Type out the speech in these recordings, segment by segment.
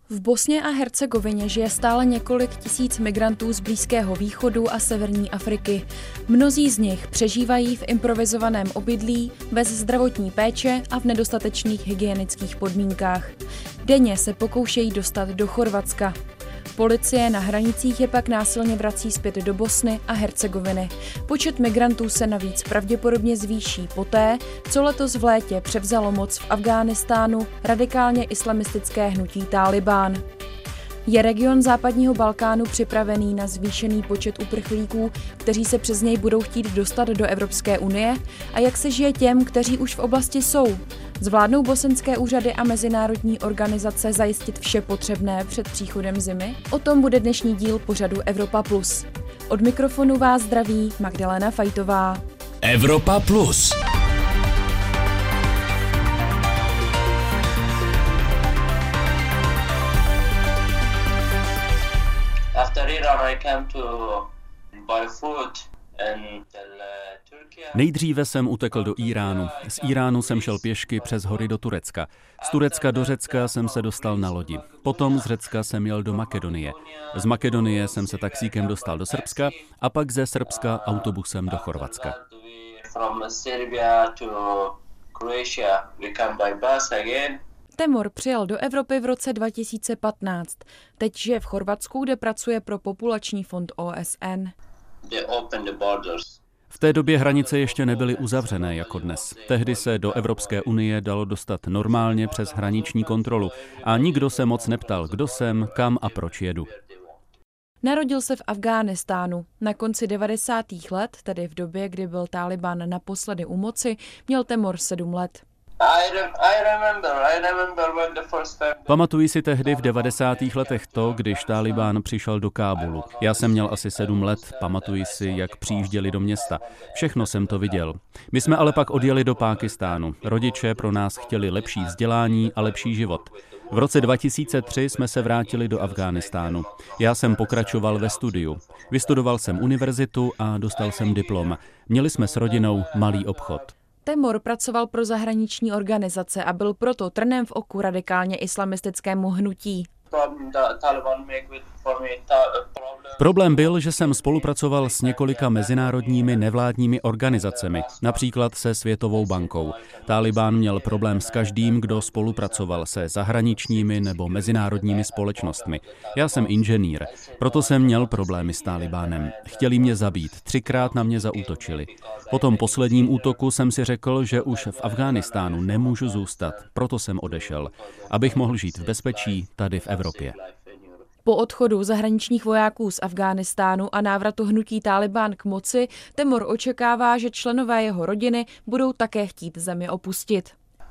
V Bosně a Hercegovině žije stále několik tisíc migrantů z Blízkého východu a severní Afriky. Mnozí z nich přežívají v improvizovaném obydlí, bez zdravotní péče a v nedostatečných hygienických podmínkách. Denně se pokoušejí dostat do Chorvatska. Policie na hranicích je pak násilně vrací zpět do Bosny a Hercegoviny. Počet migrantů se navíc pravděpodobně zvýší poté, co letos v létě převzalo moc v Afghánistánu radikálně islamistické hnutí Tálibán. Je region západního Balkánu připravený na zvýšený počet uprchlíků, kteří se přes něj budou chtít dostat do Evropské unie? A jak se žije těm, kteří už v oblasti jsou? Zvládnou bosenské úřady a mezinárodní organizace zajistit vše potřebné před příchodem zimy? O tom bude dnešní díl pořadu Evropa Plus. Od mikrofonu vás zdraví Magdalena Fajtová. Evropa Plus. After Iran, I came to buy food in Turkey. Nejdříve jsem utekl do Iránu. Z Iránu jsem šel pěšky přes hory do Turecka. Z Turecka do Řecka jsem se dostal na lodi. Potom z Řecka jsem jel do Makedonie. Z Makedonie jsem se taxíkem dostal do Srbska a pak ze Srbska autobusem do Chorvatska. From Serbia to Croatia, we come by bus again. Temur přijel do Evropy v roce 2015. Teď žije v Chorvatsku, kde pracuje pro populační fond OSN. V té době hranice ještě nebyly uzavřené jako dnes. Tehdy se do Evropské unie dalo dostat normálně přes hraniční kontrolu a nikdo se moc neptal, kdo jsem, kam a proč jedu. Narodil se v Afghánistánu. Na konci 90. let, tedy v době, kdy byl Tálibán naposledy u moci, měl Temur 7 let. Pamatuji si tehdy v 90. letech to, když Tálibán přišel do Kábulu. Já jsem měl asi 7 let, pamatuji si, jak přijížděli do města. Všechno jsem to viděl. My jsme ale pak odjeli do Pákistánu. Rodiče pro nás chtěli lepší vzdělání a lepší život. V roce 2003 jsme se vrátili do Afghánistánu. Já jsem pokračoval ve studiu. Vystudoval jsem univerzitu a dostal jsem diplom. Měli jsme s rodinou malý obchod. Temur pracoval pro zahraniční organizace a byl proto trnem v oku radikálně islamistickému hnutí. Problém byl, že jsem spolupracoval s několika mezinárodními nevládními organizacemi, například se Světovou bankou. Tálibán měl problém s každým, kdo spolupracoval se zahraničními nebo mezinárodními společnostmi. Já jsem inženýr, proto jsem měl problémy s Tálibánem. Chtěli mě zabít, 3krát na mě zaútočili. Po tom posledním útoku jsem si řekl, že už v Afghánistánu nemůžu zůstat, proto jsem odešel, abych mohl žít v bezpečí tady v Evropě. Po odchodu zahraničních vojáků z Afghánistánu a návratu hnutí Tálibán k moci, Temur očekává, že členové jeho rodiny budou také chtít zemi opustit.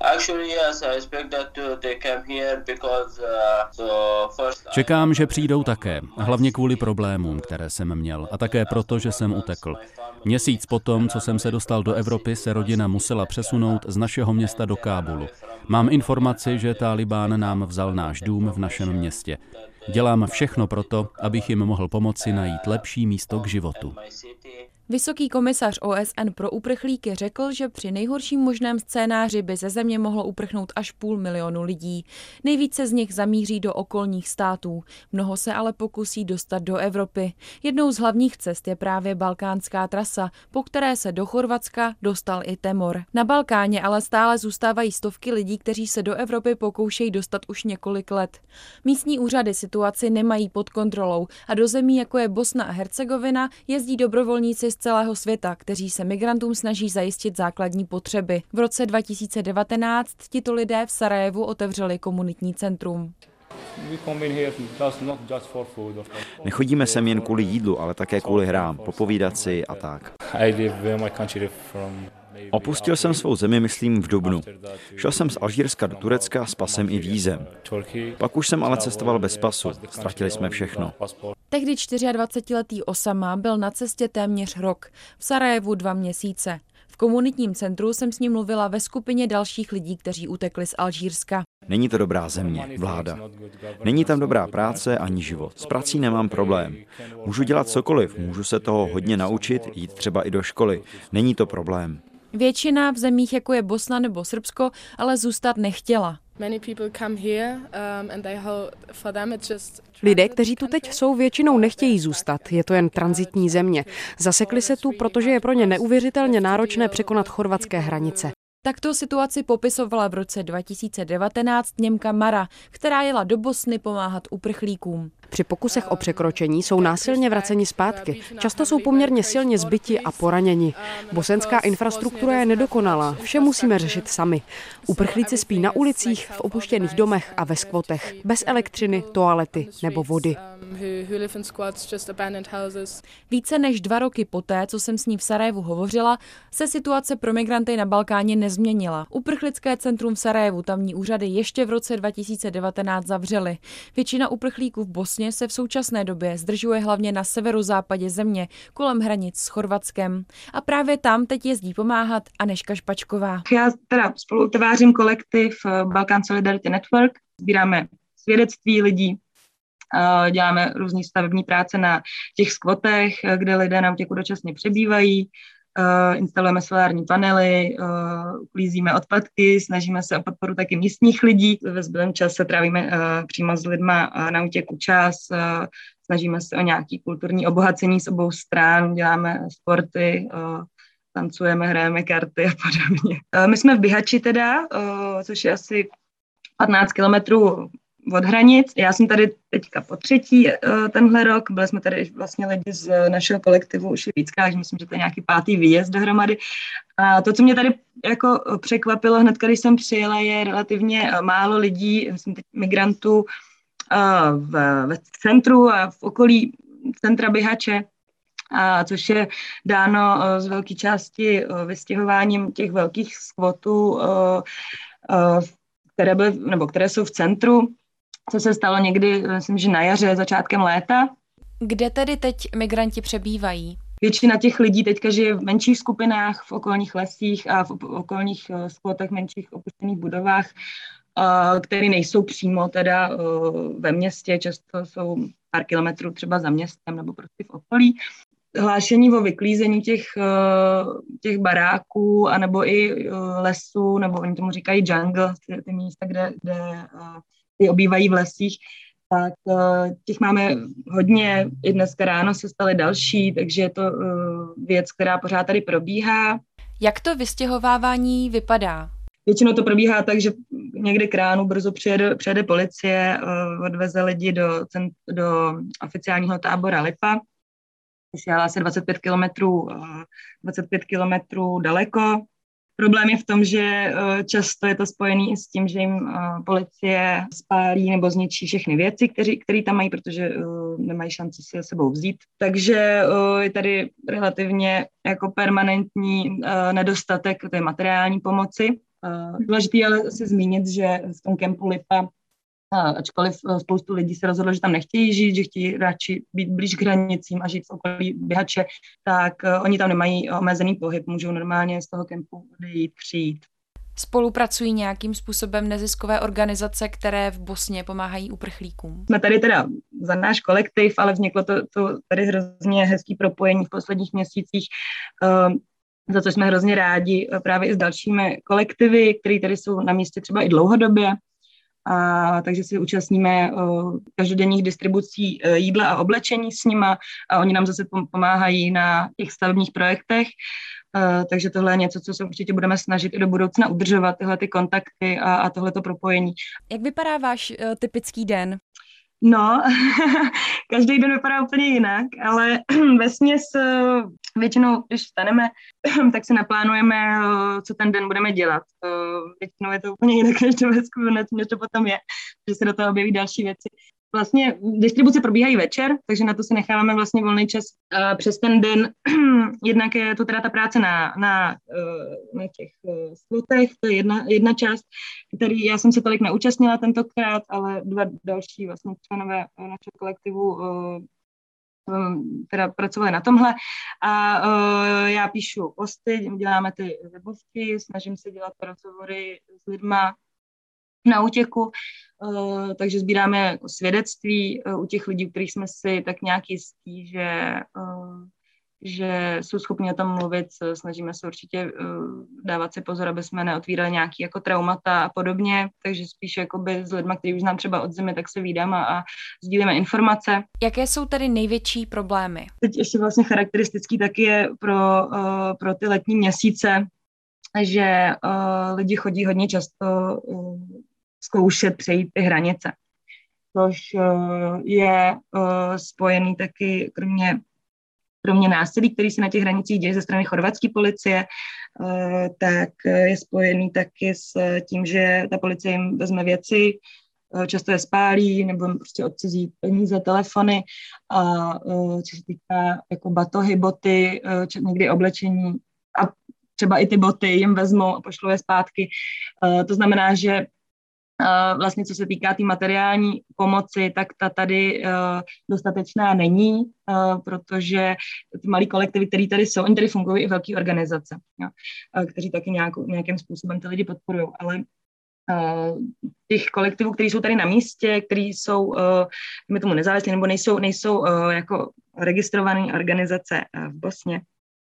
Čekám, že přijdou také, hlavně kvůli problémům, které jsem měl, a také proto, že jsem utekl. Měsíc potom, co jsem se dostal do Evropy, se rodina musela přesunout z našeho města do Kábulu. Mám informaci, že Tálibán nám vzal náš dům v našem městě. Dělám všechno proto, abych jim mohl pomoci najít lepší místo k životu. Vysoký komisař OSN pro uprchlíky řekl, že při nejhorším možném scénáři by ze země mohlo uprchnout až 500 000 lidí. Nejvíce z nich zamíří do okolních států. Mnoho se ale pokusí dostat do Evropy. Jednou z hlavních cest je právě balkánská trasa, po které se do Chorvatska dostal i Temur. Na Balkáně ale stále zůstávají stovky lidí, kteří se do Evropy pokoušejí dostat už několik let. Místní úřady situaci nemají pod kontrolou a do zemí, jako je Bosna a Hercegovina, jezdí dobrovolníci z celého světa, kteří se migrantům snaží zajistit základní potřeby. V roce 2019 tito lidé v Sarajevu otevřeli komunitní centrum. Nechodíme sem jen kvůli jídlu, ale také kvůli hrám, popovídat si a tak. Opustil jsem svou zemi, myslím, v dubnu. Šel jsem z Alžírska do Turecka s pasem i vízem. Pak už jsem ale cestoval bez pasu. Ztratili jsme všechno. Tehdy 24letý Osama byl na cestě téměř rok. V Sarajevu 2 měsíce. V komunitním centru jsem s ním mluvila ve skupině dalších lidí, kteří utekli z Alžírska. Není to dobrá země, vláda. Není tam dobrá práce ani život. S prací nemám problém. Můžu dělat cokoliv, můžu se toho hodně naučit, jít třeba i do školy. Není to problém. Většina v zemích, jako je Bosna nebo Srbsko, ale zůstat nechtěla. Lidé, kteří tu teď jsou, většinou nechtějí zůstat. Je to jen tranzitní země. Zasekli se tu, protože je pro ně neuvěřitelně náročné překonat chorvatské hranice. Takto situaci popisovala v roce 2019 Němka Mara, která jela do Bosny pomáhat uprchlíkům. Při pokusech o překročení jsou násilně vraceni zpátky. Často jsou poměrně silně zbyti a poraněni. Bosenská infrastruktura je nedokonalá, vše musíme řešit sami. Uprchlíci spí na ulicích, v opuštěných domech a ve skvotech, bez elektřiny, toalety nebo vody. Více než 2 roky poté, co jsem s ní v Sarajevu hovořila, se situace pro migranty na Balkáně nezměnila. Uprchlické centrum v Sarajevu tamní úřady ještě v roce 2019 zavřely. Většina uprchlíků v Bosně se v současné době zdržuje hlavně na severozápadě země, kolem hranic s Chorvatskem. A právě tam teď jezdí pomáhat Anežka Špačková. Já teda spolutvářím kolektiv Balkan Solidarity Network, sbíráme svědectví lidí, děláme různé stavební práce na těch skvotech, kde lidé na útěku dočasně přebývají, instalujeme solární panely, uklízíme odpadky, snažíme se o podporu taky místních lidí. Ve zbylém čase trávíme přímo s lidma na útěku čas, snažíme se o nějaké kulturní obohacení z obou stran, děláme sporty, tancujeme, hrajeme karty a podobně. My jsme v Bihaći teda, což je asi 15 kilometrů od hranic. Já jsem tady teďka po 3. tenhle rok. Byli jsme tady vlastně lidi z našeho kolektivu už víckrát, že myslím, že to je nějaký 5. výjezd dohromady. A to, co mě tady jako překvapilo hned, když jsem přijela, je relativně málo lidí, myslím teď migrantů v centru a v okolí centra Bihaće, což je dáno z velké části vystěhováním těch velkých skvotů, které jsou v centru, co se stalo někdy, myslím, že na jaře, začátkem léta. Kde tedy teď migranti přebývají? Většina těch lidí teďka žije v menších skupinách, v okolních lesích a v okolních skvotech, menších opuštěných budovách, které nejsou přímo teda ve městě, často jsou pár kilometrů třeba za městem nebo prostě v okolí. Hlášení o vyklízení těch baráků anebo i lesů, nebo oni tomu říkají jungle, ty místa, kde ty obývají v lesích, tak těch máme hodně. I dneska ráno se staly další, takže je to věc, která pořád tady probíhá. Jak to vystěhovávání vypadá? Většinou to probíhá tak, že někdy k ránu brzo přijede policie, odveze lidi do oficiálního tábora Lipa, což je asi 25 kilometrů daleko. Problém je v tom, že často je to spojený i s tím, že jim policie spálí nebo zničí všechny věci, které tam mají, protože nemají šanci si je sebou vzít. Takže je tady relativně jako permanentní nedostatek té materiální pomoci. Důležité je ale si zmínit, že v tom kempu Lipa, ačkoliv spoustu lidí se rozhodlo, že tam nechtějí žít, že chtějí radši být blíž k hranicím a žít v okolí Bihaće, tak oni tam nemají omezený pohyb, můžou normálně z toho kempu odejít, přijít. Spolupracují nějakým způsobem neziskové organizace, které v Bosně pomáhají uprchlíkům? Jsme tady teda za náš kolektiv, ale vzniklo to tady hrozně hezký propojení v posledních měsících, za co jsme hrozně rádi právě i s dalšími kolektivy, které tady jsou na místě třeba i dlouhodobě. Takže si účastníme každodenních distribucí jídla a oblečení s nima a oni nám zase pomáhají na těch stavebních projektech. Takže tohle je něco, co se určitě budeme snažit i do budoucna udržovat, tyhle ty kontakty a tohleto propojení. Jak vypadá váš typický den? No, každý den vypadá úplně jinak, ale vesměs většinou, když vstaneme, tak si naplánujeme, co ten den budeme dělat. Většinou je to úplně jinak, než to potom je, že se do toho objeví další věci. Vlastně distribuce probíhají večer, takže na to si necháváme vlastně volný čas přes ten den. Jednak je to teda ta práce na těch skvotech, to je jedna část, který já jsem se tolik neúčastnila tentokrát, ale 2 další vlastně členové našeho kolektivu teda pracovali na tomhle a já píšu posty, děláme ty webovky, snažím se dělat rozhovory s lidma na útěku, takže sbíráme jako svědectví u těch lidí, u kterých jsme si tak nějak jistí, že jsou schopni o tom mluvit, snažíme se určitě dávat si pozor, aby jsme neotvírali nějaký jako traumata a podobně, takže spíš jakoby s lidmi, kteří už znám třeba od zimy, tak se vídám a sdílíme informace. Jaké jsou tedy největší problémy? Teď ještě vlastně charakteristický taky je pro ty letní měsíce, že lidi chodí hodně často zkoušet přejít ty hranice, což je spojený taky kromě násilí, který se na těch hranicích děje ze strany chorvatské policie, tak je spojený taky s tím, že ta policie jim vezme věci, často je spálí nebo prostě odcizí peníze, telefony a co se týká jako batohy, boty, někdy oblečení a třeba i ty boty jim vezmou a pošlou je zpátky. To znamená, že vlastně co se týká té materiální pomoci, tak ta tady dostatečná není, protože ty malý kolektivy, které tady jsou, oni tady fungují i velké organizace, jo, kteří taky nějakým způsobem ty lidi podporují, ale těch kolektivů, které jsou tady na místě, které jsou my tomu nezávislí nebo nejsou jako registrované organizace v Bosně,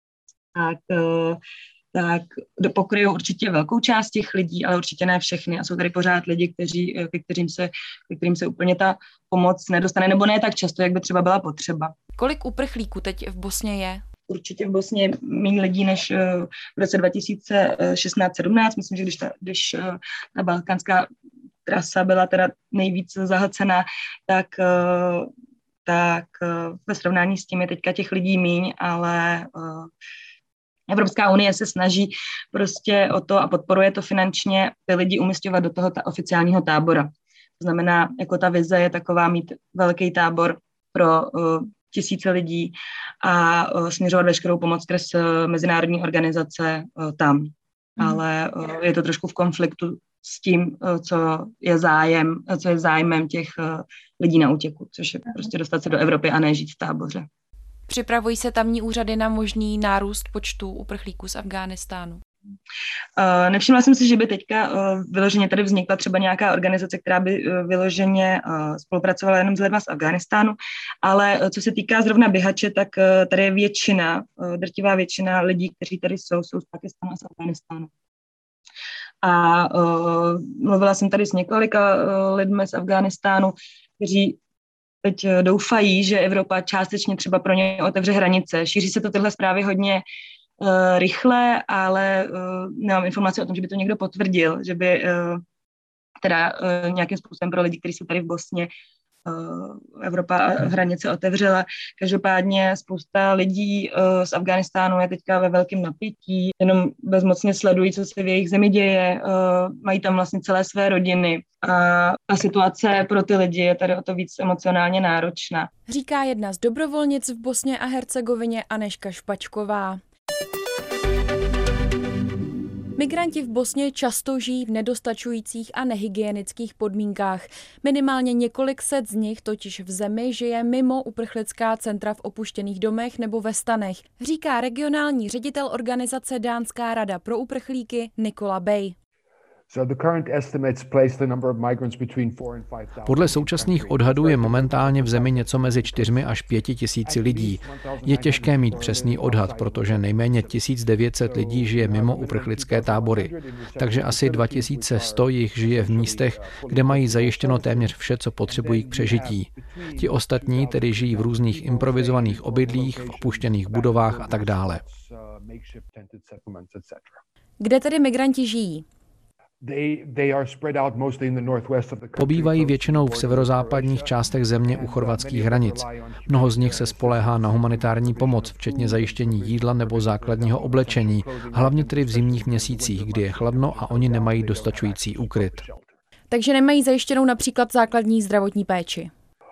tak pokryjí určitě velkou část těch lidí, ale určitě ne všechny. A jsou tady pořád lidi, ke kterým se úplně ta pomoc nedostane, nebo ne tak často, jak by třeba byla potřeba. Kolik uprchlíků teď v Bosně je? Určitě v Bosně je méně lidí než v roce 2016-17. Myslím, že když ta balkánská trasa byla teda nejvíc zahlcená, tak ve srovnání s tím je teďka těch lidí míň, ale Evropská unie se snaží prostě o to a podporuje to finančně ty lidi umisťovat do toho oficiálního tábora. To znamená, jako ta vize je taková mít velký tábor pro tisíce lidí a směřovat veškerou pomoc skrz mezinárodní organizace tam. Ale je to trošku v konfliktu s tím, co je zájmem těch lidí na útěku, což je prostě dostat se do Evropy a ne žít v táboře. Připravují se tamní úřady na možný nárůst počtu uprchlíků z Afghánistánu? Nevšimla jsem si, že by teďka vyloženě tady vznikla třeba nějaká organizace, která by vyloženě spolupracovala jenom s lidmi z Afghánistánu, ale co se týká zrovna běhače, tak tady je drtivá většina lidí, kteří tady jsou z Pakistánu a z Afghánistánu. A mluvila jsem tady s několika lidmi z Afghánistánu, kteří teď doufají, že Evropa částečně třeba pro ně otevře hranice. Šíří se to tyhle zprávy hodně rychle, ale nemám informace o tom, že by to někdo potvrdil, že by teda nějakým způsobem pro lidi, kteří jsou tady v Bosně, Evropa hranice otevřela. Každopádně spousta lidí z Afghánistánu je teďka ve velkém napětí, jenom bezmocně sledují, co se v jejich zemi děje, mají tam vlastně celé své rodiny a situace pro ty lidi je tady o to víc emocionálně náročná. Říká jedna z dobrovolnic v Bosně a Hercegovině Anežka Špačková. Migranti v Bosně často žijí v nedostačujících a nehygienických podmínkách. Minimálně několik set z nich totiž v zemi žije mimo uprchlická centra v opuštěných domech nebo ve stanech, říká regionální ředitel organizace Dánská rada pro uprchlíky Nikola Bay. Podle současných odhadů je momentálně v zemi něco mezi 4 až 5 tisíci lidí. Je těžké mít přesný odhad, protože nejméně 1900 lidí žije mimo uprchlické tábory. Takže asi 2100 jich žije v místech, kde mají zajištěno téměř vše, co potřebují k přežití. Ti ostatní tedy žijí v různých improvizovaných obydlích, v opuštěných budovách a tak dále. Kde tedy migranti žijí? Pobývají většinou v severozápadních částech země u chorvatských hranic. Mnoho z nich se spoléhá na humanitární pomoc, včetně zajištění jídla nebo základního oblečení, hlavně tedy v zimních měsících, kdy je chladno a oni nemají dostačující úkryt. Takže nemají zajištěnou například základní zdravotní péči.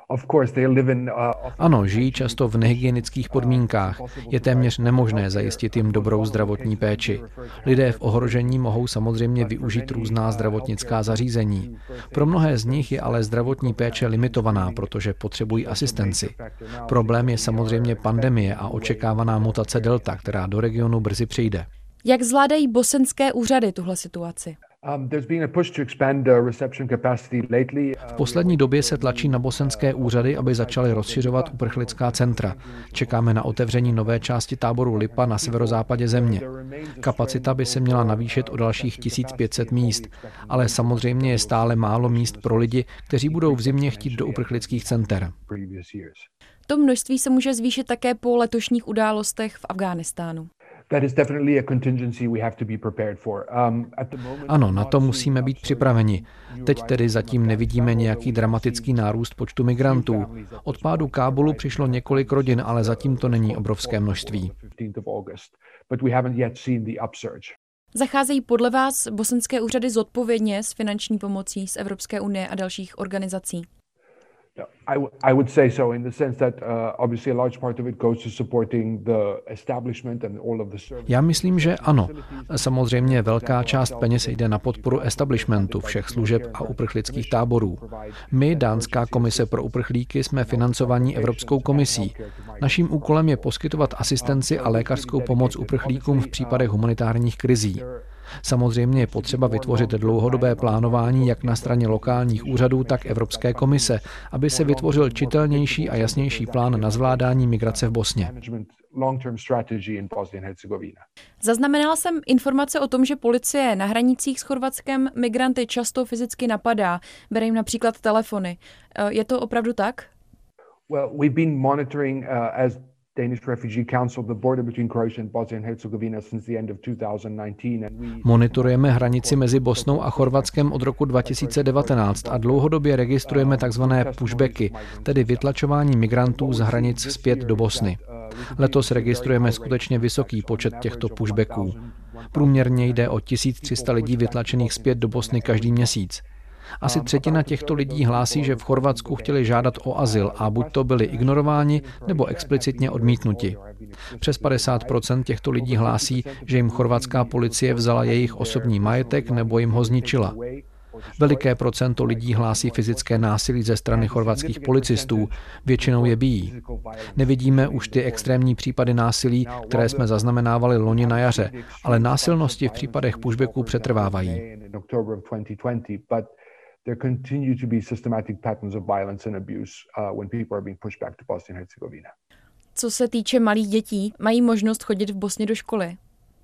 Ano, žijí často v nehygienických podmínkách. Je téměř nemožné zajistit jim dobrou zdravotní péči. Lidé v ohrožení mohou samozřejmě využít různá zdravotnická zařízení. Pro mnohé z nich je ale zdravotní péče limitovaná, protože potřebují asistenci. Problém je samozřejmě pandemie a očekávaná mutace delta, která do regionu brzy přijde. Jak zvládají bosenské úřady tuhle situaci? V poslední době se tlačí na bosenské úřady, aby začaly rozšiřovat uprchlická centra. Čekáme na otevření nové části táboru Lipa na severozápadě země. Kapacita by se měla navýšit o dalších 1500 míst, ale samozřejmě je stále málo míst pro lidi, kteří budou v zimě chtít do uprchlických center. To množství se může zvýšit také po letošních událostech v Afghánistánu. Ano, na to musíme být připraveni. Teď tedy zatím nevidíme nějaký dramatický nárůst počtu migrantů. Od pádu Kábulu přišlo několik rodin, ale zatím to není obrovské množství. Zacházejí podle vás bosenské úřady zodpovědně s finanční pomocí z Evropské unie a dalších organizací? I would say so in the sense that obviously a large part of it goes to supporting the establishment and all of the services. Já myslím, že ano. Samozřejmě velká část peněz jde na podporu establishmentu, všech služeb a uprchlických táborů. My, Dánská komise pro uprchlíky, jsme financovaní Evropskou komisí. Naším úkolem je poskytovat asistenci a lékařskou pomoc uprchlíkům v případech humanitárních krizí. Samozřejmě je potřeba vytvořit dlouhodobé plánování jak na straně lokálních úřadů, tak Evropské komise, aby se vytvořil čitelnější a jasnější plán na zvládání migrace v Bosně. Zaznamenala jsem informace o tom, že policie na hranicích s Chorvatskem migranty často fyzicky napadá, bere jim například telefony. Je to opravdu tak? Well, we've been monitoring as Danish Refugee Council the border between Croatia and Bosnia and Herzegovina since the end of 2019 and Monitorujeme hranici mezi Bosnou a Chorvatskem od roku 2019 a dlouhodobě registrujeme takzvané pushbacky, tedy vytlačování migrantů z hranic zpět do Bosny. Letos registrujeme skutečně vysoký počet těchto pushbacků. Průměrně jde o 1300 lidí vytlačených zpět do Bosny každý měsíc. Asi třetina těchto lidí hlásí, že v Chorvatsku chtěli žádat o azyl a buď to byli ignorováni, nebo explicitně odmítnuti. Přes 50% těchto lidí hlásí, že jim chorvatská policie vzala jejich osobní majetek nebo jim ho zničila. Veliké procento lidí hlásí fyzické násilí ze strany chorvatských policistů, většinou je bijí. Nevidíme už ty extrémní případy násilí, které jsme zaznamenávali loni na jaře, ale násilnosti v případech pushbacků přetrvávají. There continue to be systematic patterns of violence and abuse when people are being pushed back to Bosnia and Herzegovina. Co se týče malých dětí, mají možnost chodit v Bosně do školy?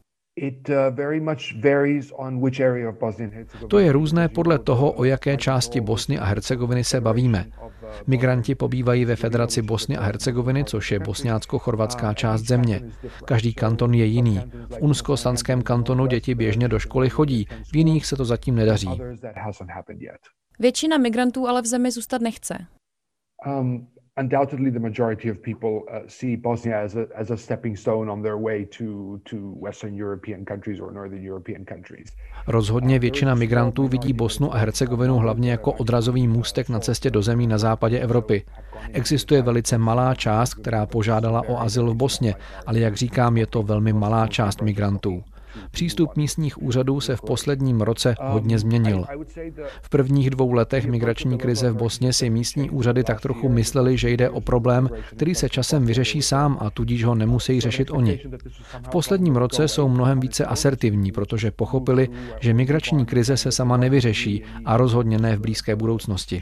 To je různé podle toho, o jaké části Bosny a Hercegoviny se bavíme. Migranti pobývají ve Federaci Bosny a Hercegoviny, což je bosňácko-chorvatská část země. Každý kanton je jiný. V Unsko-Sanském kantonu děti běžně do školy chodí, v jiných se to zatím nedaří. Většina migrantů ale v zemi zůstat nechce. Undoubtedly, the majority of people see Bosnia as a stepping stone on their way to Western European countries or Northern European countries. Rozhodně většina migrantů vidí Bosnu a Hercegovinu hlavně jako odrazový můstek na cestě do zemí na západě Evropy. Existuje velice malá část, která požádala o azyl v Bosně, ale jak říkám, je to velmi malá část migrantů. Přístup místních úřadů se v posledním roce hodně změnil. V prvních 2 letech migrační krize v Bosně si místní úřady tak trochu mysleli, že jde o problém, který se časem vyřeší sám a tudíž ho nemusí řešit oni. V posledním roce jsou mnohem více asertivní, protože pochopili, že migrační krize se sama nevyřeší a rozhodně ne v blízké budoucnosti.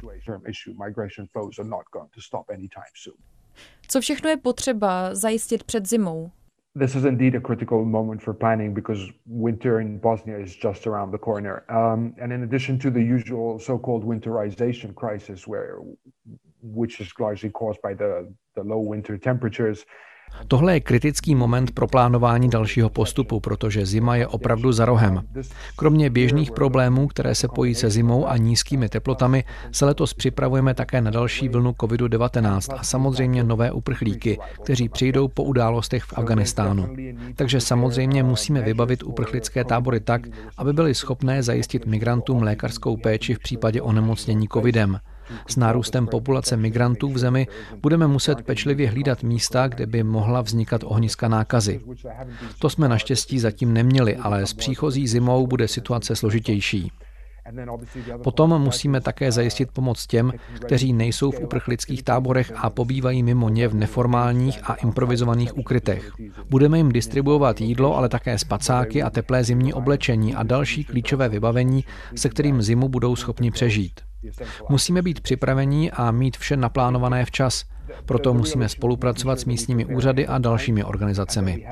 Co všechno je potřeba zajistit před zimou? This is indeed a critical moment for planning because winter in Bosnia is just around the corner. And in addition to the usual so-called winterization crisis, which is largely caused by the low winter temperatures, Tohle je kritický moment pro plánování dalšího postupu, protože zima je opravdu za rohem. Kromě běžných problémů, které se pojí se zimou a nízkými teplotami, se letos připravujeme také na další vlnu COVID-19 a samozřejmě nové uprchlíky, kteří přijdou po událostech v Afghánistánu. Takže samozřejmě musíme vybavit uprchlické tábory tak, aby byly schopné zajistit migrantům lékařskou péči v případě onemocnění covidem. S nárůstem populace migrantů v zemi budeme muset pečlivě hlídat místa, kde by mohla vznikat ohniska nákazy. To jsme naštěstí zatím neměli, ale s příchozí zimou bude situace složitější. Potom musíme také zajistit pomoc těm, kteří nejsou v uprchlických táborech a pobývají mimo ně v neformálních a improvizovaných úkrytech. Budeme jim distribuovat jídlo, ale také spacáky a teplé zimní oblečení a další klíčové vybavení, se kterým zimu budou schopni přežít. Musíme být připraveni a mít vše naplánované včas. Proto musíme spolupracovat s místními úřady a dalšími organizacemi.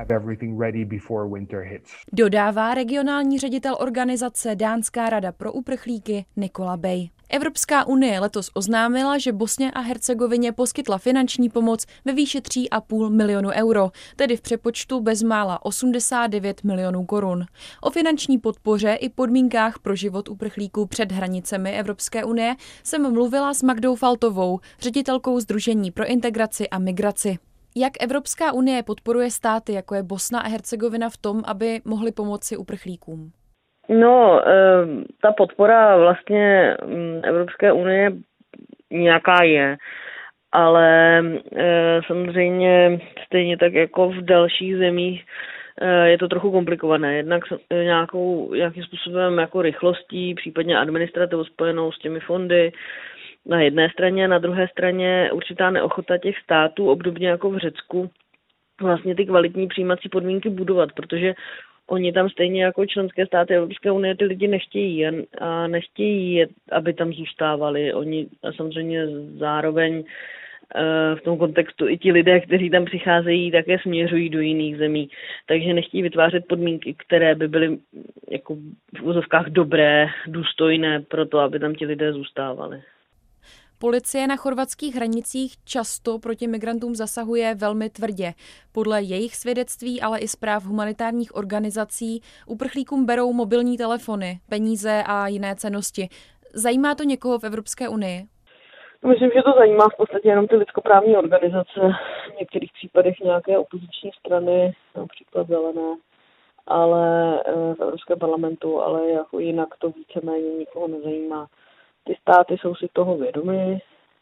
Dodává regionální ředitel organizace Dánská rada pro uprchlíky Nikola Bay. Evropská unie letos oznámila, že Bosně a Hercegovině poskytla finanční pomoc ve výši 3,5 milionu euro, tedy v přepočtu bezmála 89 milionů korun. O finanční podpoře i podmínkách pro život uprchlíků před hranicemi Evropské unie jsem mluvila s Magdou Faltovou, ředitelkou Sdružení pro integraci a migraci. Jak Evropská unie podporuje státy, jako je Bosna a Hercegovina, v tom, aby mohly pomoci uprchlíkům? No, ta podpora vlastně Evropské unie nějaká je, ale samozřejmě stejně tak jako v dalších zemích je to trochu komplikované. Jednak nějakým způsobem jako rychlostí, případně administrativou spojenou s těmi fondy na jedné straně, na druhé straně určitá neochota těch států, obdobně jako v Řecku, vlastně ty kvalitní přijímací podmínky budovat, protože oni tam stejně jako členské státy Evropské unie ty lidi nechtějí a nechtějí, aby tam zůstávali. Oni samozřejmě zároveň v tom kontextu i ti lidé, kteří tam přicházejí, také směřují do jiných zemí. Takže nechtějí vytvářet podmínky, které by byly jako v úzovkách dobré, důstojné pro to, aby tam ti lidé zůstávali. Policie na chorvatských hranicích často proti migrantům zasahuje velmi tvrdě. Podle jejich svědectví, ale i zpráv humanitárních organizací, uprchlíkům berou mobilní telefony, peníze a jiné cennosti. Zajímá to někoho v Evropské unii? Myslím, že to zajímá v podstatě jenom ty lidskoprávní organizace, v některých případech nějaké opoziční strany, například Zelené, ale v Evropském parlamentu, ale jako jinak to víceméně nikoho nezajímá. Ty státy jsou si toho vědomy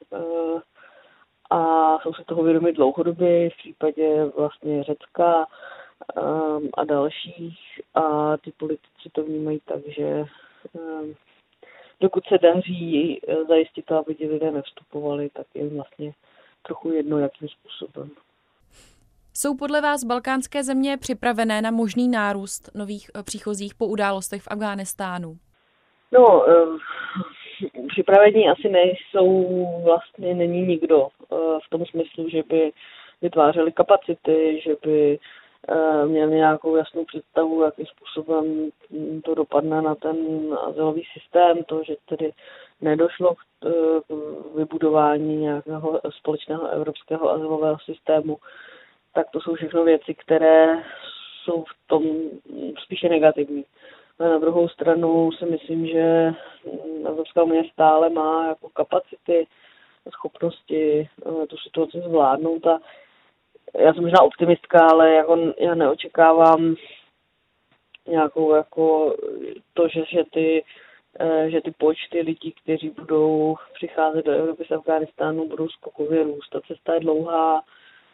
a jsou si toho vědomy dlouhodobě v případě vlastně Řecka a dalších a ty politici to vnímají tak, že dokud se daří zajistit to, aby ti lidé nevstupovali, tak je vlastně trochu jedno, jakým způsobem. Jsou podle vás balkánské země připravené na možný nárůst nových příchozích po událostech v Afghánistánu? No, připravení asi nejsou, vlastně není nikdo v tom smyslu, že by vytvářeli kapacity, že by měli nějakou jasnou představu, jakým způsobem to dopadne na ten azylový systém, to, že tedy nedošlo k vybudování nějakého společného evropského azylového systému, tak to jsou všechno věci, které jsou v tom spíše negativní. Na druhou stranu si myslím, že Evropská unie stále má jako kapacity, schopnosti tu situaci zvládnout a já jsem možná optimistka, ale jako já neočekávám nějakou jako to, že ty počty lidí, kteří budou přicházet do Evropy z Afghánistánu, budou skokově růst. Ta cesta je dlouhá,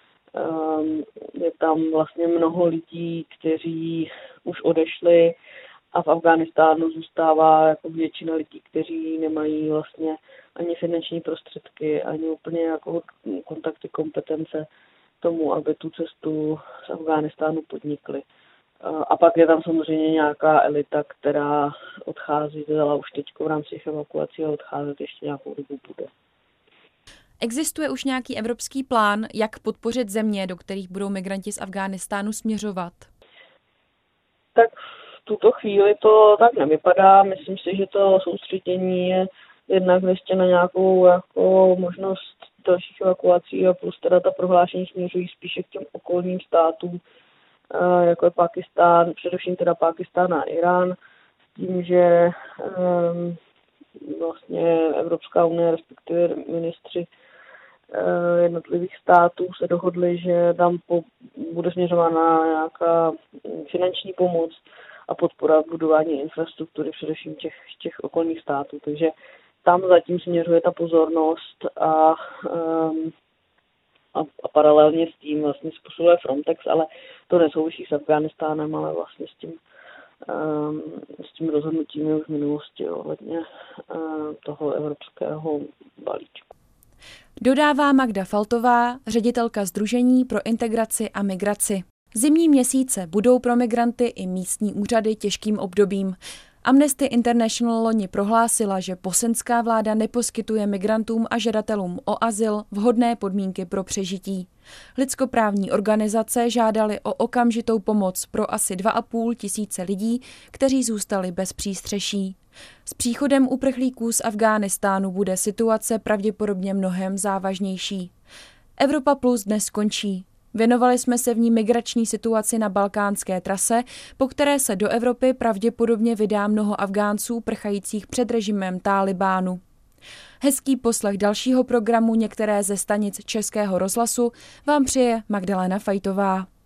je tam vlastně mnoho lidí, kteří už odešli a v Afghánistánu zůstává jako většina lidí, kteří nemají vlastně ani finanční prostředky, ani úplně jako kontakty, kompetence tomu, aby tu cestu z Afghánistánu podnikli. A pak je tam samozřejmě nějaká elita, která odchází, vzala už teď v rámci těch evakuací a odcházet ještě nějakou dobu bude. Existuje už nějaký evropský plán, jak podpořit země, do kterých budou migranti z Afghánistánu směřovat? Tak v tuto chvíli to tak nevypadá. Myslím si, že to soustředění je jednak ještě na nějakou jako možnost dalších evakuací a plus teda ta prohlášení směřují spíše k těm okolním státům, jako je Pákistán, především teda Pákistán a Irán, s tím, že vlastně Evropská unie, respektive ministři jednotlivých států se dohodli, že tam bude směřována nějaká finanční pomoc a podpora budování infrastruktury, především těch okolních států. Takže tam zatím směřuje ta pozornost a paralelně s tím vlastně způsobuje Frontex, ale to nesouvisí s Afghánistánem, ale vlastně s tím rozhodnutím už v minulosti ohledně toho evropského balíčku. Dodává Magda Faltová, ředitelka Sdružení pro integraci a migraci. Zimní měsíce budou pro migranty i místní úřady těžkým obdobím. Amnesty International loni prohlásila, že bosenská vláda neposkytuje migrantům a žadatelům o azyl vhodné podmínky pro přežití. Lidskoprávní organizace žádaly o okamžitou pomoc pro asi 2,5 tisíce lidí, kteří zůstali bez přístřeší. S příchodem uprchlíků z Afghánistánu bude situace pravděpodobně mnohem závažnější. Evropa Plus dnes končí. Věnovali jsme se v ní migrační situaci na balkánské trase, po které se do Evropy pravděpodobně vydá mnoho Afgánců prchajících před režimem Tálibánu. Hezký poslech dalšího programu některé ze stanic Českého rozhlasu vám přeje Magdalena Fajtová.